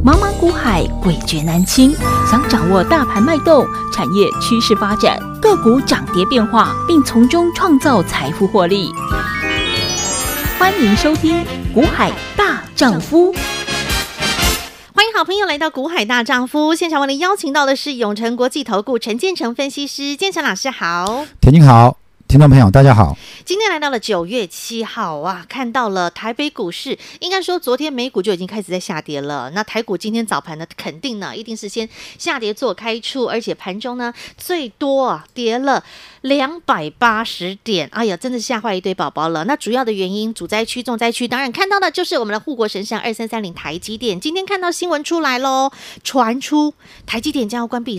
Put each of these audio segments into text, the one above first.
茫茫股海，诡谲难清。想掌握大盘脉动、产业趋势发展、个股涨跌变化，并从中创造财富获利。欢迎收听《股海大丈夫》。 欢迎好朋友来到股海大丈夫现场，为您邀请到的是永诚国际投顾陈建成分析师，建成老师好。 田静好，听众朋友大家好。 今天来到了9月7号啊，看到了台北股市，应该说昨天美股就已经开始在下跌了。那台股今天早盘呢，肯定呢一定是先下跌做开出，而且盘中呢最多啊跌了280点，哎呀，真的吓坏一堆宝宝了。那主要的原因，主灾区、重灾区，当然看到的就是我们的护国神山2330台积电。今天看到新闻出来咯，传出台积电将要关闭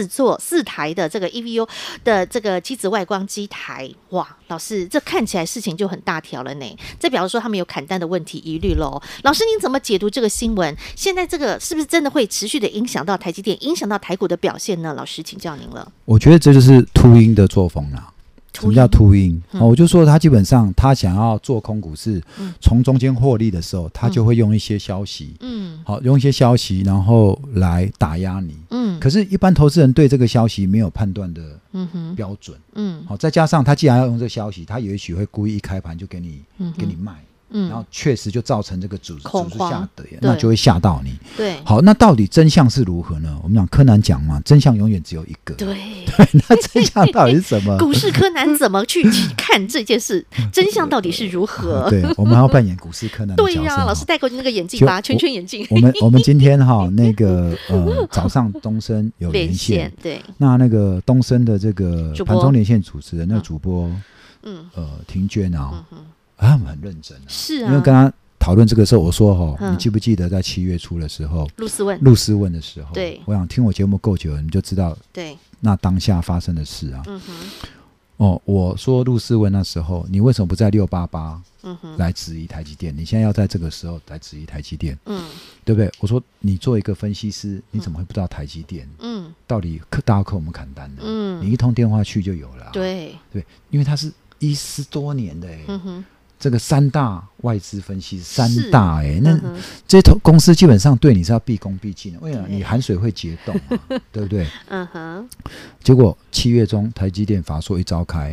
4台的这个 EVU 的这个机子外光机台。哇，老师，这看起来事情就很大条了呢。这表示说他们有砍单的问题疑虑咯。老师，您怎么解读这个新闻？现在这个是不是真的会持续的影响到台积电，影响到台股的表现呢？老师，请教您了。 我觉得这就是秃鹰的作风啦。什么叫秃鹰？我就说他基本上他想要做空股市，从中间获利的时候，他就会用一些消息，好，用一些消息然后来打压你。可是，一般投资人对这个消息没有判断的标准。好，再加上他既然要用这个消息，他也许会故意一开盘就给你卖。然后确实就造成这个指数下跌，那就会吓到你。 对， 好，那到底真相是如何呢？我们讲柯南讲嘛，真相永远只有一个。 对， 那真相到底是什么？ 股市柯南怎么去看这件事？真相到底是如何？ 对，我们要扮演股市柯南的角色。 对呀，老师戴过那个眼镜吧，圈圈眼镜。 我们今天那个早上东森有连线， 对， 那个东森的这个盘中连线主持人那个主播，庭娟啊。他们很认真是啊， 因为跟他讨论这个时候，我说你记不记得在7月初的时候， 陆思问的时候， 对， 我想听我节目够久了，你就知道， 对， 那当下发生的事啊，我说陆思问那时候，你为什么不在688来质疑台积电？你现在要在这个时候来质疑台积电，对不对？我说你做一个分析师，你怎么会不知道台积电，到底大家扣我们砍单的，你一通电话去就有了， 对， 因为他是10多年的这个3大外资分析，3大那这些公司基本上对你是要毕恭毕敬的，为什么？你含水会结冻嘛，对不对？结果7月中台积电法说一召开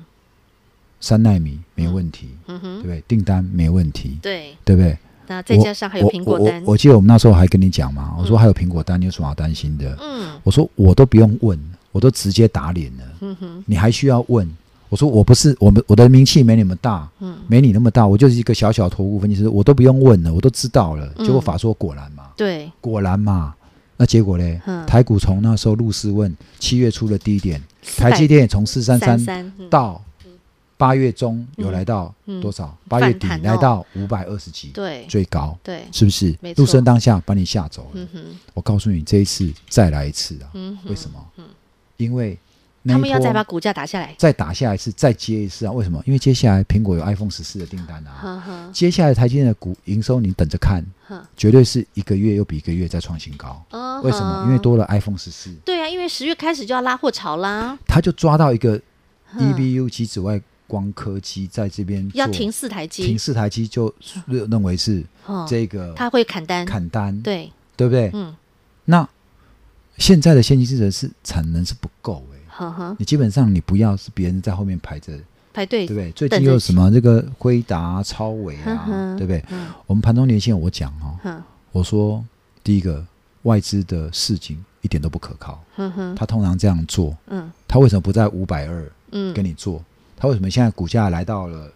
，3奈米没问题，对不对？订单没问题，对不对？ 那再加上还有苹果单， 我记得我们那时候还跟你讲嘛，我说还有苹果单，你有什么好担心的？我说我都不用问，我都直接打脸了，你还需要问？我说我不是我的名气没你们大，没你那么大，我就是一个小小投顾分析师，我都不用问了，我都知道了。结果法说果然嘛， 对， 果然嘛。那结果呢？台股从那时候陆思问7月初的低点，台积电从433到8月中有来到多少？8月底来到520几，对，最高，对，是不是？陆思当下把你吓走了。我告诉你，这一次再来一次啊！为什么？因为他们要再把股价打下来， 再打下一次，再接一次啊？为什么？因为接下来苹果有 iPhone 14的订单啊，接下来台积电的股营收你等着看，绝对是一个月又比一个月再创新高。为什么？因为多了 iPhone 14。对啊， 因为10月开始就要拉货潮啦。 他就抓到一个 EVU 及紫外光科技在这边要停4台机， 停4台机就认为是这个他会砍单，对不对？那现在的先进制程是产能是不够你基本上你不要是别人在后面排队，对不对？最近又有什么这个辉达、超微啊，对不对？我们盘中连线我讲我说第一个外资的市井一点都不可靠，他通常这样做，他为什么不在520跟你做？他为什么现在股价来到了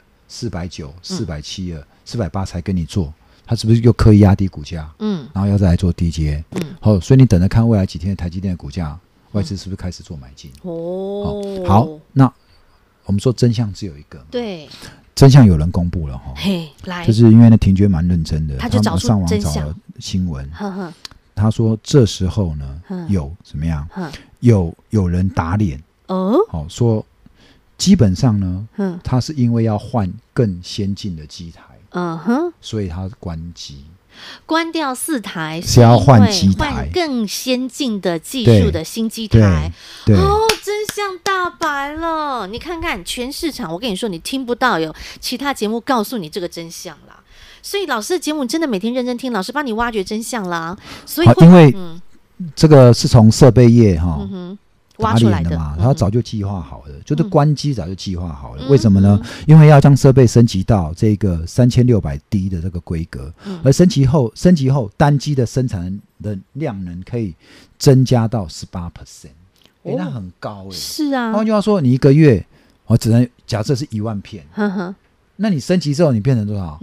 490、470了、480才跟你做？他是不是又刻意压低股价？然后要再来做低阶？所以你等着看未来几天的台积电的股价。外资是不是开始做买进？好，那我们说真相只有一个，对，真相有人公布了来，就是因为那庭娟蛮认真的，他就上网找了新闻，他说这时候呢有怎么样？有人打脸说基本上呢，他是因为要换更先进的机台，所以他关机。 关掉4台是要换机台， 换更先进的技术的新机台。真相大白了！你看看全市场，我跟你说，你听不到有其他节目告诉你这个真相啦。 所以老师的节目真的每天认真听，老师帮你挖掘真相啦。所以因为这个是从设备业挖出来的嘛，他早就计划好了，就是关机早就计划好了。为什么呢？因为要将设备升级到这个3600D 的这个规格，而升级后单机的生产的量能可以增加到 18%，那很高是啊。 换句话说，你一个月只能假设是1万片，那你升级之后你变成多少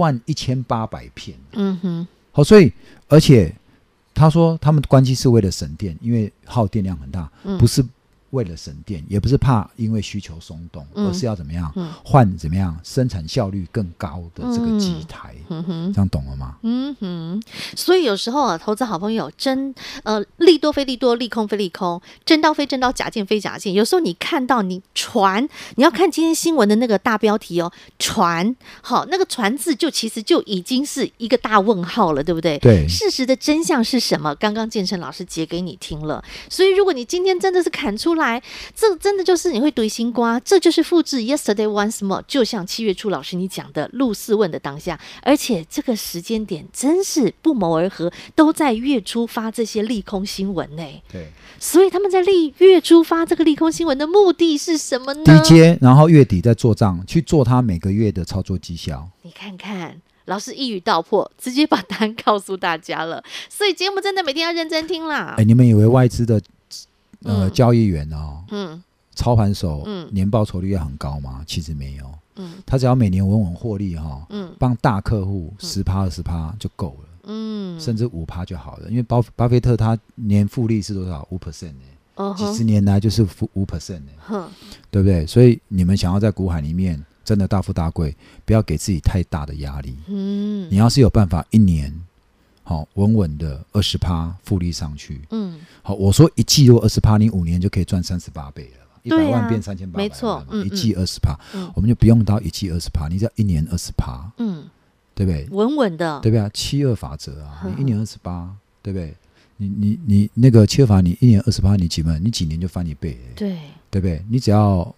？11800片。所以而且他说他们关机是为了省电，因为耗电量很大，不是为了省电，也不是怕因为需求松动，而是要怎么样换怎么样生产效率更高的这个机台，这样懂了吗？ 所以有时候投资好朋友利多非利多，利空非利空，真刀非真刀，假剑非假剑。有时候你看到你要看今天新闻的那个大标题船，好，那个船字其实就已经是一个大问号了，对不对？ 对。 事实的真相是什么？刚刚建成老师解给你听了。所以如果你今天真的是砍出来，这真的就是你会怼心瓜，这就是复制 yesterday once more， 就像7月初老师你讲的陆四问的当下，而且这个时间点真是不谋而合，都在月初发这些利空新闻呢。 对， 所以他们在月初发这个利空新闻的目的是什么呢？ 低阶，然后月底再做账，去做他每个月的操作绩效。 你看看。老师一语道破，直接把答案告诉大家了，所以节目真的每天要认真听啦。 你们以为外资的交易员操盘手年报酬率要很高吗？其实没有，他只要每年稳稳获利帮大客户10%、20% 就够了，甚至5% 就好了。因为巴菲特他年复利是多少？5%呢？几十年来就是5%呢，对不对？所以你们想要在股海里面真的大富大贵，不要给自己太大的压力。你要是有办法一年稳稳的20%复利上去，好，我说一季如果20%，你5年就可以赚38倍了，100万变3800万， 没错， 一季20%，我们就不用到一季20%，你只要一年20%，对不对？ 稳稳的， 对不对？72法则啊，你一年28%，对不对？你那个72法，你一年20%，你几年就翻一倍， 对不对？你只要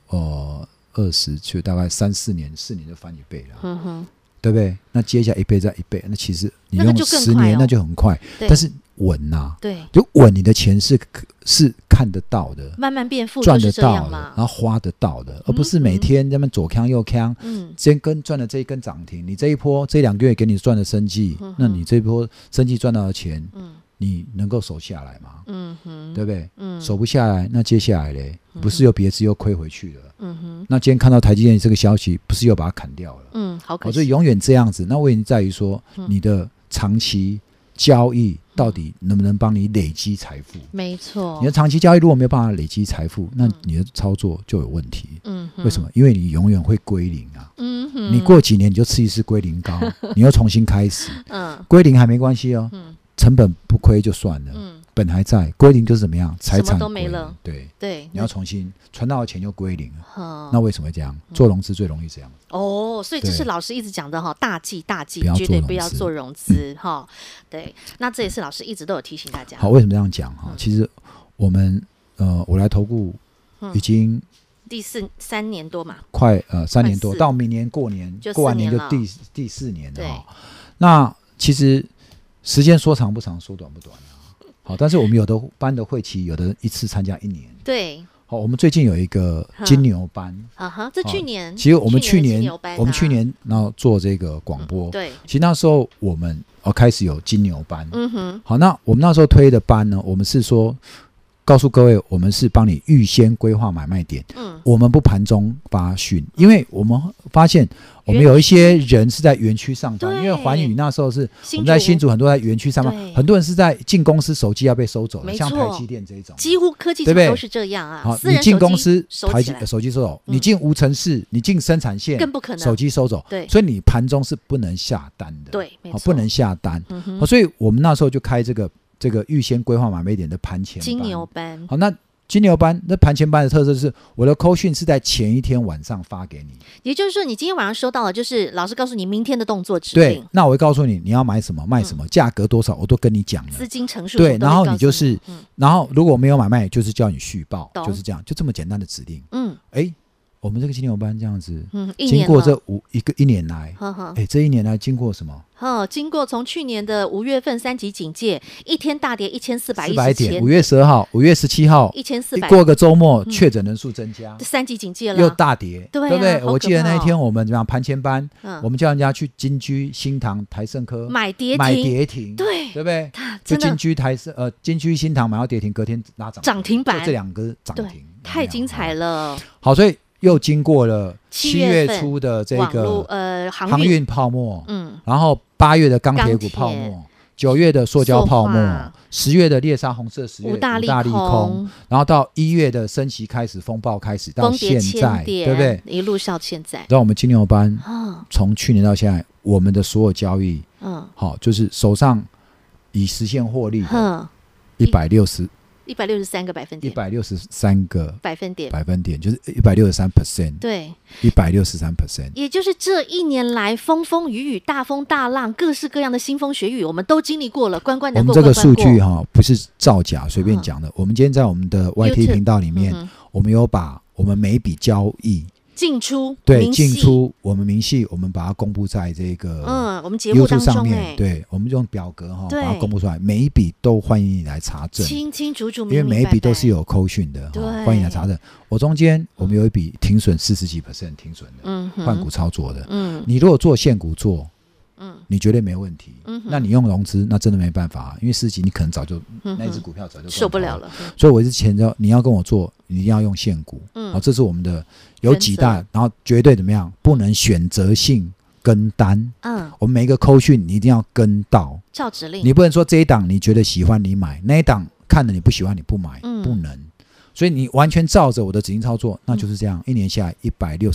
20就大概3-4年，4年就翻一倍了，对不对？那接下来1倍再1倍，那其实你用10年那就很快，但是稳啊， 对， 就稳，你的钱是看得到的， 慢慢变富， 赚得到的，然后花得到的，而不是每天在那边左扛右扛，这根赚了这一根涨停，你这一波这2个月给你赚的生计，那你这一波生计赚到的钱，你能够守下来吗？对不对？守不下来，那接下来嘞，不是又别只又亏回去了？那今天看到台积电这个消息，不是又把它砍掉了？ 好可惜。 所以永远这样子，那问题在于说，你的长期交易到底能不能帮你累积财富？ 没错， 你的长期交易如果没有办法累积财富，那你的操作就有问题。为什么？因为你永远会归零啊。你过几年你就吃一次归零膏，你又重新开始。归零还没关系哦，成本不亏就算了。本还在，归零就是怎么样？财产什么都没了。 对，你要重新存到的钱就归零了。那为什么会这样？做融资最容易这样。 所以这是老师一直讲的大忌，绝对不要做融资对，那这也是老师一直都有提醒大家。 好，为什么这样讲其实我们我来投顾已经 3年多嘛， 快3年多，到明年过年过完年就第4年了。那其实时间说长不长，说短不短好，但是我们有的班的会期，有的一次参加1年。 对， 好，我们最近有一个金牛班。 这去年， 其实我们去年然后做这个广播。 对， 其实那时候我们开始有金牛班。好，那我们那时候推的班呢，我们是说告诉各位，我们是帮你预先规划买卖点。我们不盘中发讯，因为我们发现我们有一些人是在园区上班，因为环宇那时候是我们在新竹很多在园区上班，很多人是在进公司手机要被收走了，像台积电这一种， 几乎科技厂都是这样啊。 好，你进公司手机收走，你进无尘室，你进生产线更不可能手机收走。 对， 所以你盘中是不能下单的。 对，没错， 不能下单。所以我们那时候就开这个预先规划买卖点的盘前班， 金牛班。 好，那金牛班那盘前班的特色是，我的扣讯是在前一天晚上发给你， 也就是说，你今天晚上收到了，就是老师告诉你明天的动作指令。 对，那我会告诉你要买什么卖什么，价格多少我都跟你讲了， 资金乘数对，然后你就是，然后如果没有买卖，就是叫你续报，就是这样，就这么简单的指令。 我们这个金牛班这样子，经过这一年来，这一年来经过什么？ 经过从去年的5月份3级警戒，一天大跌1410 点，5月12号、5月17号 1400， 过个周末，确诊人数增加 ，3级警戒了， 又大跌， 对不对？我记得那一天我们怎么样盘前班，我们叫人家去金居、新唐、台盛科买跌停，对不对？就金居、金居、新唐买到跌停，隔天拉涨停板， 就这2个涨停， 太精彩了。 好，所以又经过了7月初的这个航运泡沫，然后8月的钢铁股泡沫，9月的塑胶泡沫，10月的猎杀红色10月五大利空，然后到1月的升息开始，风暴开始，到现在，对不对？ 一路到现在。 让我们金牛班从去年到现在，我们的所有交易，好，就是手上已实现获利的 163个百分点 ，163个百分点就是163%， 对 ，163%， 也就是这一年来风风雨雨、大风大浪、各式各样的腥风血雨，我们都经历过了，关关难过关关过。 我们这个数据不是造假随便讲的，我们今天在我们的 YT 频道里面，我们有把我们每一笔交易进出我们明细，我们把它公布在这个我们节目当中上面，对，我们用表格把它公布出来，每一笔都欢迎你来查证， 清清楚楚， 因为每一笔都是有扣讯的，欢迎来查证。我中间我们有一笔停损40几%停损的，换股操作的，你如果做现股做，你绝对没问题，那你用融资那真的没办法，因为40几你可能早就那一只股票早就受不了了， 所以我是前着你要跟我做，你一定要用现股，这是我们的有几大，然后绝对怎么样，不能选择性跟单，我们每一个扣讯你一定要跟到， 照指令， 你不能说这一档你觉得喜欢你买，那一档看了你不喜欢你不买，不能，所以你完全照着我的指令操作，那就是这样，一年下来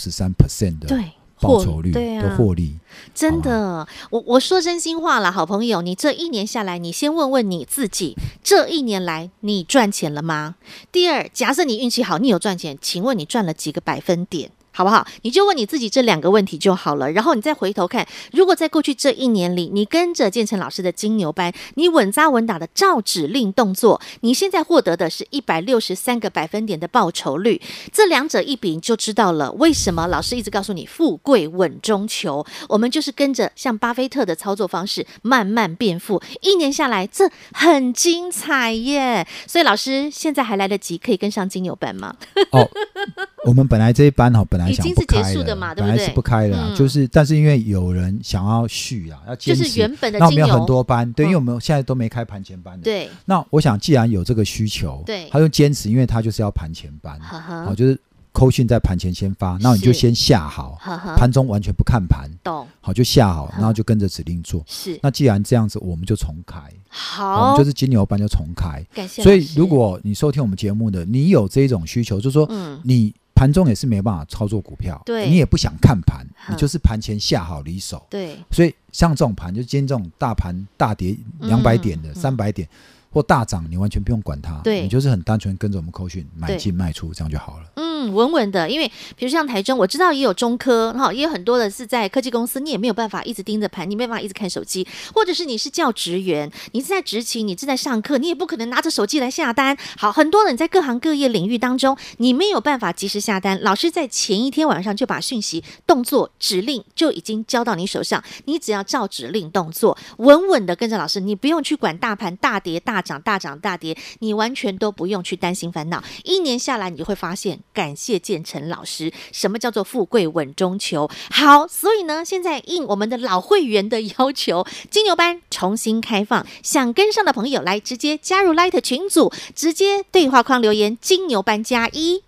163%的报酬率的获利， 真的，我说真心话啦，好朋友，你这一年下来，你先问问你自己，这一年来你赚钱了吗？第二，假设你运气好，你有赚钱，请问你赚了几个百分点？好不好？你就问你自己这2个问题就好了，然后你再回头看，如果在过去这一年里，你跟着建成老师的金牛班，你稳扎稳打的照指令动作，你现在获得的是163个百分点的报酬率，这2者一比，你就知道了为什么老师一直告诉你富贵稳中求。我们就是跟着像巴菲特的操作方式，慢慢变富，一年下来，这很精彩耶！所以老师现在还来得及，可以跟上金牛班吗？ 我们本来这一班本来想不开了， 已经是结束的嘛，对不对？ 本来是不开了，但是因为有人想要续要坚持， 就是原本的金牛， 那我们有很多班，对，因为我们现在都没开盘前班的， 对。 那我想，既然有这个需求， 对， 他就坚持，因为他就是要盘前班，就是扣讯在盘前先发，那你就先下好，盘中完全不看盘， 懂？ 好，就下好，然后就跟着指令做。 是。 那既然这样子，我们就重开。 好， 我们就是金牛班就重开。 感谢。 所以，如果你收听我们节目的，你有这种需求，就是说，你盘中也是没办法操作股票， 对， 你也不想看盘，你就是盘前下好离手， 对。 所以像这种盘，就今天这种大盘大跌200点的、300点或大涨，你完全不用管它， 对， 你就是很单纯跟着我们扣讯买进卖出，这样就好了。 稳稳的，因为比如像台中，我知道也有中科，也有很多的是在科技公司，你也没有办法一直盯着盘，你没有办法一直看手机，或者是你是教职员，你是在执勤，你是在上课，你也不可能拿着手机来下单。好，很多人在各行各业领域当中，你没有办法及时下单，老师在前一天晚上就把讯息、动作、指令就已经交到你手上，你只要照指令动作，稳稳的跟着老师，你不用去管大盘大跌大涨大涨大跌，你完全都不用去担心烦恼。一年下来，你就会发现，感谢建成老师，什么叫做富贵稳中求？好，所以呢，现在应我们的老会员的要求，金牛班重新开放，想跟上的朋友来直接加入 Light 群组，直接对话框留言金牛班加1。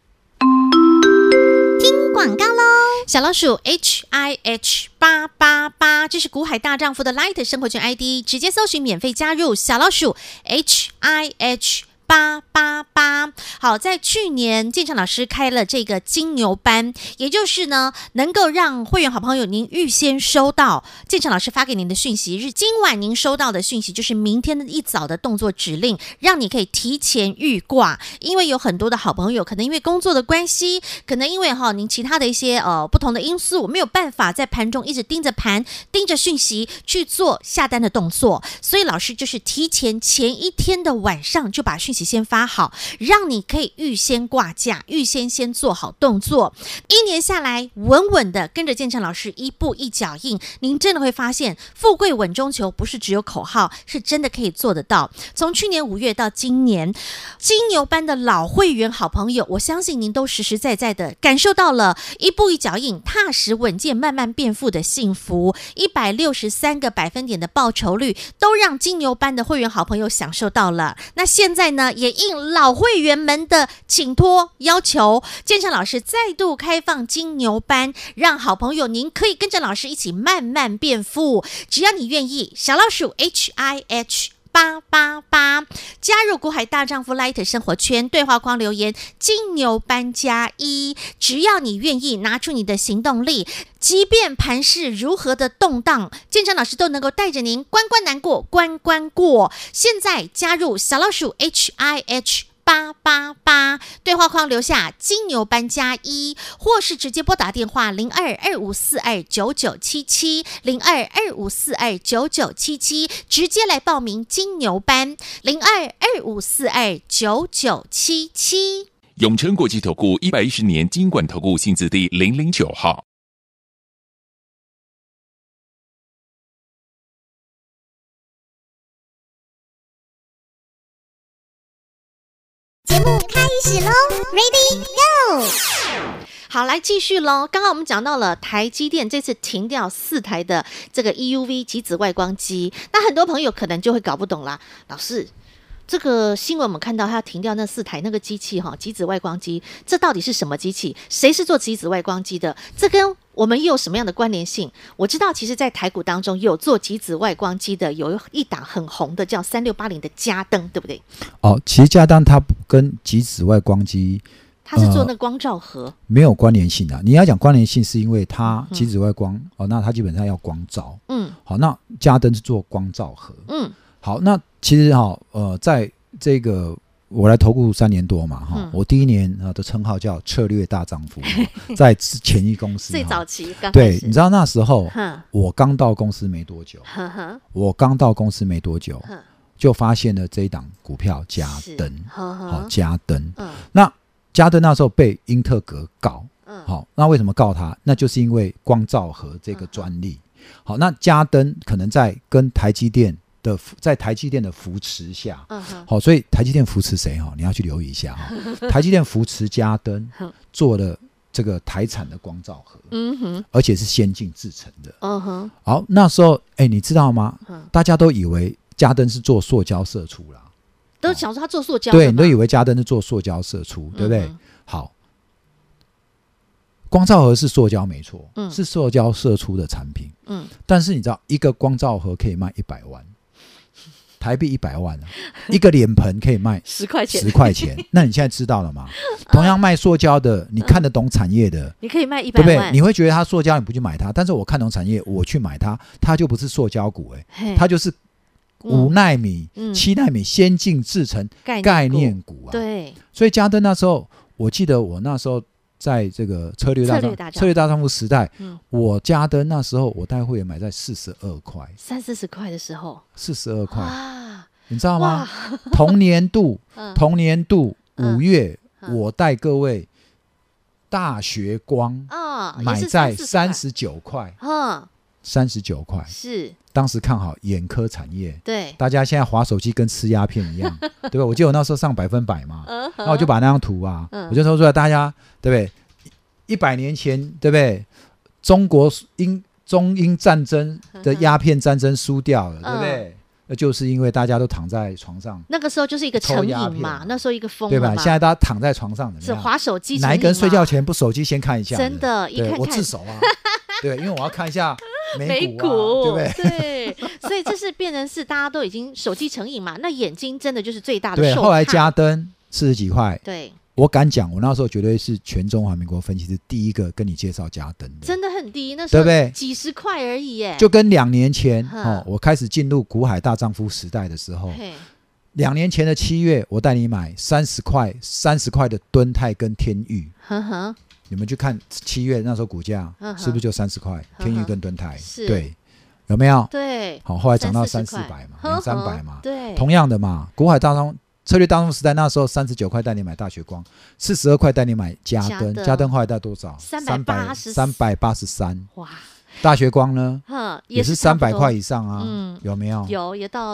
听广告咯，小老鼠 HIH888，这是股海大丈夫的 Light 生活圈 ID， 直接搜寻免费加入小老鼠 HIH888。好，在去年建成老师开了这个金牛班，也就是呢，能够让会员好朋友您预先收到建成老师发给您的讯息，是今晚您收到的讯息，就是明天的一早的动作指令，让你可以提前预挂。因为有很多的好朋友，可能因为工作的关系，可能因为您其他的一些不同的因素，没有办法在盘中一直盯着盘、盯着讯息去做下单的动作，所以老师就是提前前一天的晚上就把讯息息先发好，让你可以预先挂价，预先做好动作。1年下来，稳稳的跟着建成老师一步一脚印，您真的会发现富贵稳中求不是只有口号，是真的可以做得到。从去年5月到今年，金牛班的老会员好朋友，我相信您都实实在在的感受到了一步一脚印，踏实稳健，慢慢变富的幸福。163个百分点的报酬率，都让金牛班的会员好朋友享受到了。那现在呢，也应老会员们的请托要求，建成老师再度开放金牛班，让好朋友您可以跟着老师一起慢慢变富。只要你愿意，小老鼠 HIH888 加入股海大丈夫 Light 生活圈，对话框留言金牛班+1，只要你愿意拿出你的行动力，即便盘势如何的动荡，建成老师都能够带着您关关难过关关过。现在加入小老鼠 HIH888，对话框留下金牛班+1，或是直接拨打电话0225429977 0225429977，直接来报名金牛班0225429977。 永诚国际投顾110年金管投顾新字第009号。 节目开始喽 ，Ready Go！ 好，来继续喽。刚刚我们讲到了台积电这次停掉4台的这个 EUV 极紫外光机，那很多朋友可能就会搞不懂啦，老师。这个新闻我们看到，它要停掉那4台那个机器极紫外光机，这到底是什么机器？谁是做极紫外光机的？这跟我们又有什么样的关联性？我知道，其实，在台股当中有做极紫外光机的，有一档很红的叫3680的嘉登，对不对？ 哦，其实嘉登它跟极紫外光机， 它是做那光照盒， 没有关联性啊。你要讲关联性，是因为它极紫外光那它基本上要光照，好，那嘉登是做光照盒，好，那其实在这个我来投顾3年多嘛，我第1年的称号叫策略大丈夫，在前一公司最早期刚开始， 对，你知道那时候我刚到公司没多久，就发现了这一档股票嘉登，嘉登，那嘉登那时候被英特格告，好，那为什么告他？那就是因为光照盒这个专利。好，那嘉登可能在跟台积电的扶持下，好，所以台积电扶持谁？你要去留意一下，台积电扶持嘉登做了这个台产的光照盒，而且是先进制成的，好，那时候你知道吗？大家都以为嘉登是做塑胶射出啦， 都想说他做塑胶， 对，你都以为嘉登是做塑胶射出，对不对？好，光照盒是塑胶没错，是塑胶射出的产品，但是你知道一个光照盒可以卖100万台币，100万啊，一个脸盆可以卖 10块钱 ，10块钱。那你现在知道了吗？同样卖塑胶的，你看得懂产业的， 你可以卖100万， 对不对？你会觉得它塑胶，你不去买它，但是我看懂产业，我去买它，它就不是塑胶股，它就是5奈米、7奈米先进制程概念股啊。 对， 所以嘉登那时候，我记得我那时候在这个策略大丈夫时代，我嘉登那时候我带会员买在42块 ，30-40块的时候 ，42块，你知道吗？同年度5月，我带各位大学光买在39块，39块是。 当时看好眼科产业， 对， 大家现在滑手机跟吃鸦片一样，对吧？我记得我那时候上100%嘛，然后我就把那张图我就说出来，大家对不对？100年前对不对？中英战争的鸦片战争输掉了，对不对？那就是因为大家都躺在床上， 那个时候就是一个成瘾嘛，那时候一个疯了嘛， 对吧？现在大家躺在床上， 是滑手机， 哪一个人睡觉前不手机先看一下？ 真的，一看我自首啊，对，因为我要看一下美股，对不对？ 对，所以这是变成是大家都已经手机成瘾嘛，那眼睛真的就是最大的受害。 对，后来嘉登40几块， 对。 我敢讲，我那时候绝对是全中华民国分析师第一个跟你介绍嘉登的， 真的很低，那时候对不对？几十块而已耶， 就跟2年前我开始进入股海大丈夫时代的时候，2年前的7月，我带你买30块的敦泰跟天钰，你们去看7月那时候股价是不是就30块？天钰跟敦泰，对，有没有？ 对， 好，后来涨到300-400嘛，200-300嘛， 对， 同样的嘛，股海大丈夫策略当中时代那时候39块带你买大学光，42块带你买嘉登，嘉登后来带多少？383。哇！大学光呢也是300块以上啊，有没有？ 有，也到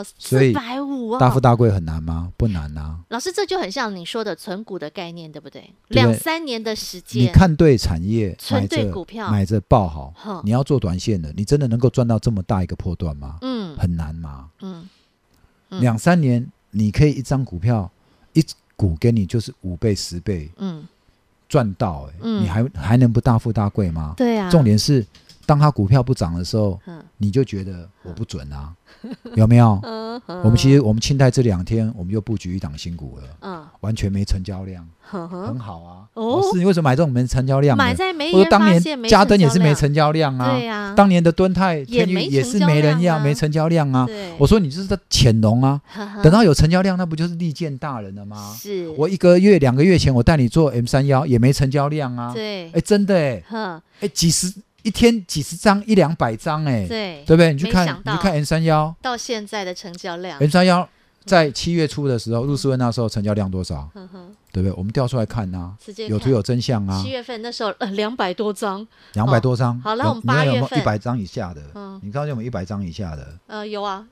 450啊。 大富大贵很难吗？不难啊。 老师，这就很像你说的存股的概念，对不对？2-3年的时间， 你看对产业， 存对股票， 买着抱好。你要做短线的，你真的能够赚到这么大一个波段吗？很难嘛。2-3年，你可以一张股票一股给你就是5倍10倍，赚到你还能不大富大贵吗？ 对啊。 重点是。当它股票不涨的时候，你就觉得我不准啊，有没有？我们清代这2天，我们又布局一档新股了，完全没成交量，很好啊。是你为什么买这种没成交量的？ 买在没人发现没成交量。我说当年嘉登也是没成交量啊， 对啊。 当年的敦泰、天宇也是没人要，没成交量啊。我说你就是在潜龙啊，等到有成交量，那不就是利剑大人了吗？ 是。 我1个月、2个月前我带你做 M31也没成交量啊。 对。 真的一天几十张100-200张对不对？你去看 M31 到现在的成交量 ，M31在7月初的时候，入市问那时候成交量多少？对不对？我们调出来看啊，有图有真相啊。 7月份那时候200多张 ，200多张。 好了，我们8月份有没有100张以下的？你看有没有100张以下的？ 有啊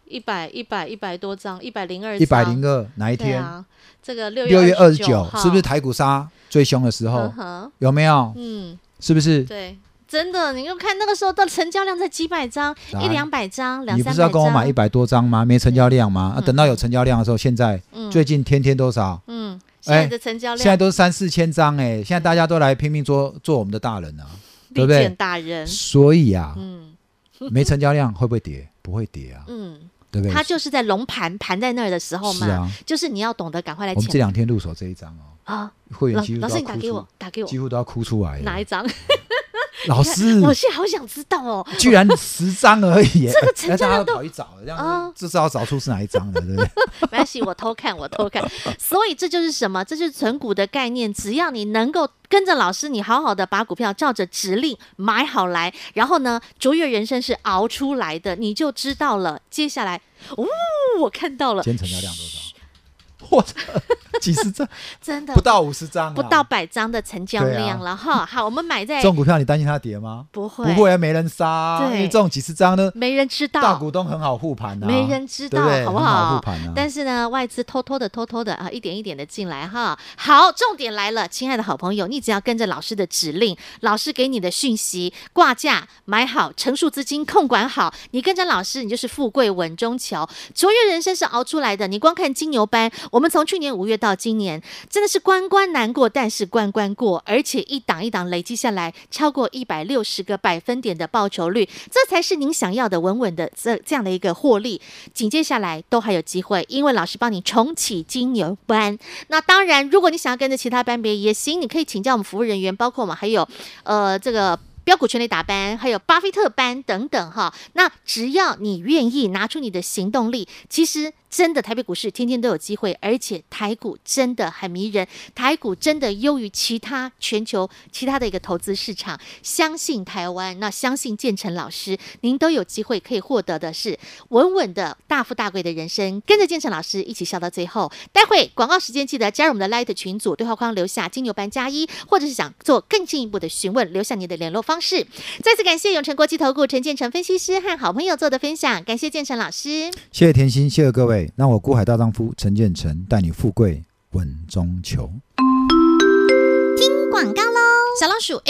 ，100多张，102。 102哪一天？ 这个6 月29，是不是台股杀最凶的时候？有没有？是不是？ 对。真的，你就看那个时候的成交量才几百张，100-200张，200-300张。 你不是要跟我买100多张吗？没成交量吗？等到有成交量的时候，现在最近天天多少？ 现在的成交量现在都是3-4千张现在大家都来拼命做我们的大人啊，对不对？ 大人。 所以啊，没成交量会不会跌？不会跌啊，对不对？ 它就是在龙盘在那儿的时候嘛， 是啊， 就是你要懂得赶快来。 我们这2天入手这一张会员几乎老师你打给我， 几乎都要哭出来。 哪一张？ 老师， 我现在好想知道居然10张而已， 这个成交量都跑去找，这样至少要找出是哪一张的，对不对？ 没关系，我偷看。所以这就是什么？这就是存股的概念。只要你能够跟着老师，你好好的把股票照着指令买好来，然后呢，卓越人生是熬出来的，你就知道了。接下来，我看到了， 今天成交量多少？我操，几十张， 真的不到50张， 不到100张的成交量了哈。好，我们买在这种股票，你担心它跌吗？ 不会， 没人杀，因为这种几十张呢， 没人知道， 大股东很好护盘啊， 没人知道，好不好？ 很好护盘啊。 但是呢，外资偷偷的一点一点的进来哈。好，重点来了，亲爱的好朋友，你只要跟着老师的指令，老师给你的讯息，挂价买好，乘数资金控管好，你跟着老师，你就是富贵稳中求。卓越人生是熬出来的，你光看金牛班。我们从去年5月到今年，真的是关关难过，但是关关过，而且一档一档累积下来，超过160个百分点的报酬率，这才是您想要的稳稳的这样的一个获利。紧接下来都还有机会，因为老师帮你重启金牛班。那当然，如果你想要跟着其他班别也行，你可以请教我们服务人员，包括我们还有这个标股全垒打班，还有巴菲特班等等哈。那只要你愿意拿出你的行动力，其实真的台北股市天天都有机会，而且台股真的很迷人，台股真的优于全球其他的一个投资市场。相信台湾，那相信建成老师，您都有机会可以获得的是稳稳的大富大贵的人生。跟着建成老师一起笑到最后。待会广告时间记得加入我们的 Light 群组，对话框留下金牛班+1，或者是想做更进一步的询问，留下你的联络方式。再次感谢永诚国际投顾陈建成分析师和好朋友做的分享，感谢建成老师， 谢谢甜心，谢谢各位。让我股海大丈夫陈建成带你富贵稳中求。 听广告喽！小老鼠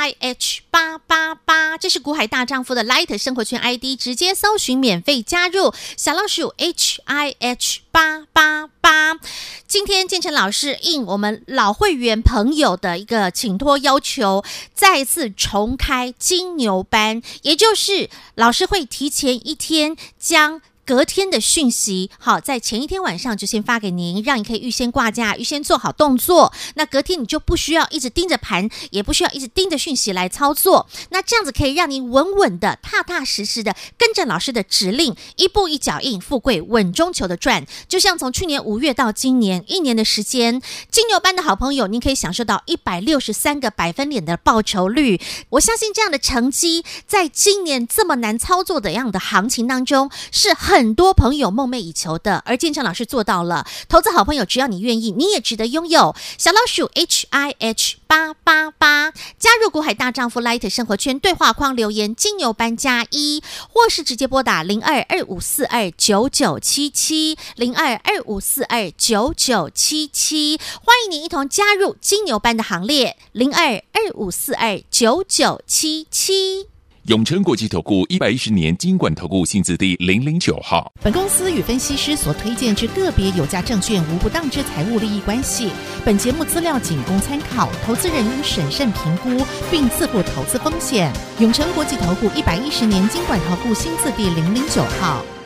HIH888，这是股海大丈夫的 Light 生活圈 ID， 直接搜寻免费加入小老鼠 HIH888。今天建成老师应我们老会员朋友的一个请托要求，再次重开金牛班，也就是老师会提前1天将隔天的讯息，好，在前一天晚上就先发给您，让你可以预先挂价，预先做好动作。那隔天你就不需要一直盯着盘，也不需要一直盯着讯息来操作。那这样子可以让您稳稳的、踏踏实实的跟着老师的指令，一步一脚印，富贵稳中求的赚。就像从去年5月到今年1年的时间，金牛班的好朋友，您可以享受到163个百分点的报酬率。我相信这样的成绩，在今年这么难操作的样的行情当中，是很很多朋友梦寐以求的，而建成老师做到了。投资好朋友，只要你愿意，你也值得拥有。小老鼠 HIH888，加入股海大丈夫 Light 生活圈对话框留言金牛班加1，或是直接拨打0225429977 0225429977，欢迎你一同加入金牛班的行列0225429977。 永诚国际投顾110年金管投顾新字第009号。 本公司与分析师所推荐之个别有价证券无不当之财务利益关系。本节目资料仅供参考，投资人应审慎评估并自负投资风险。永诚国际投顾110年金管投顾新字第009号。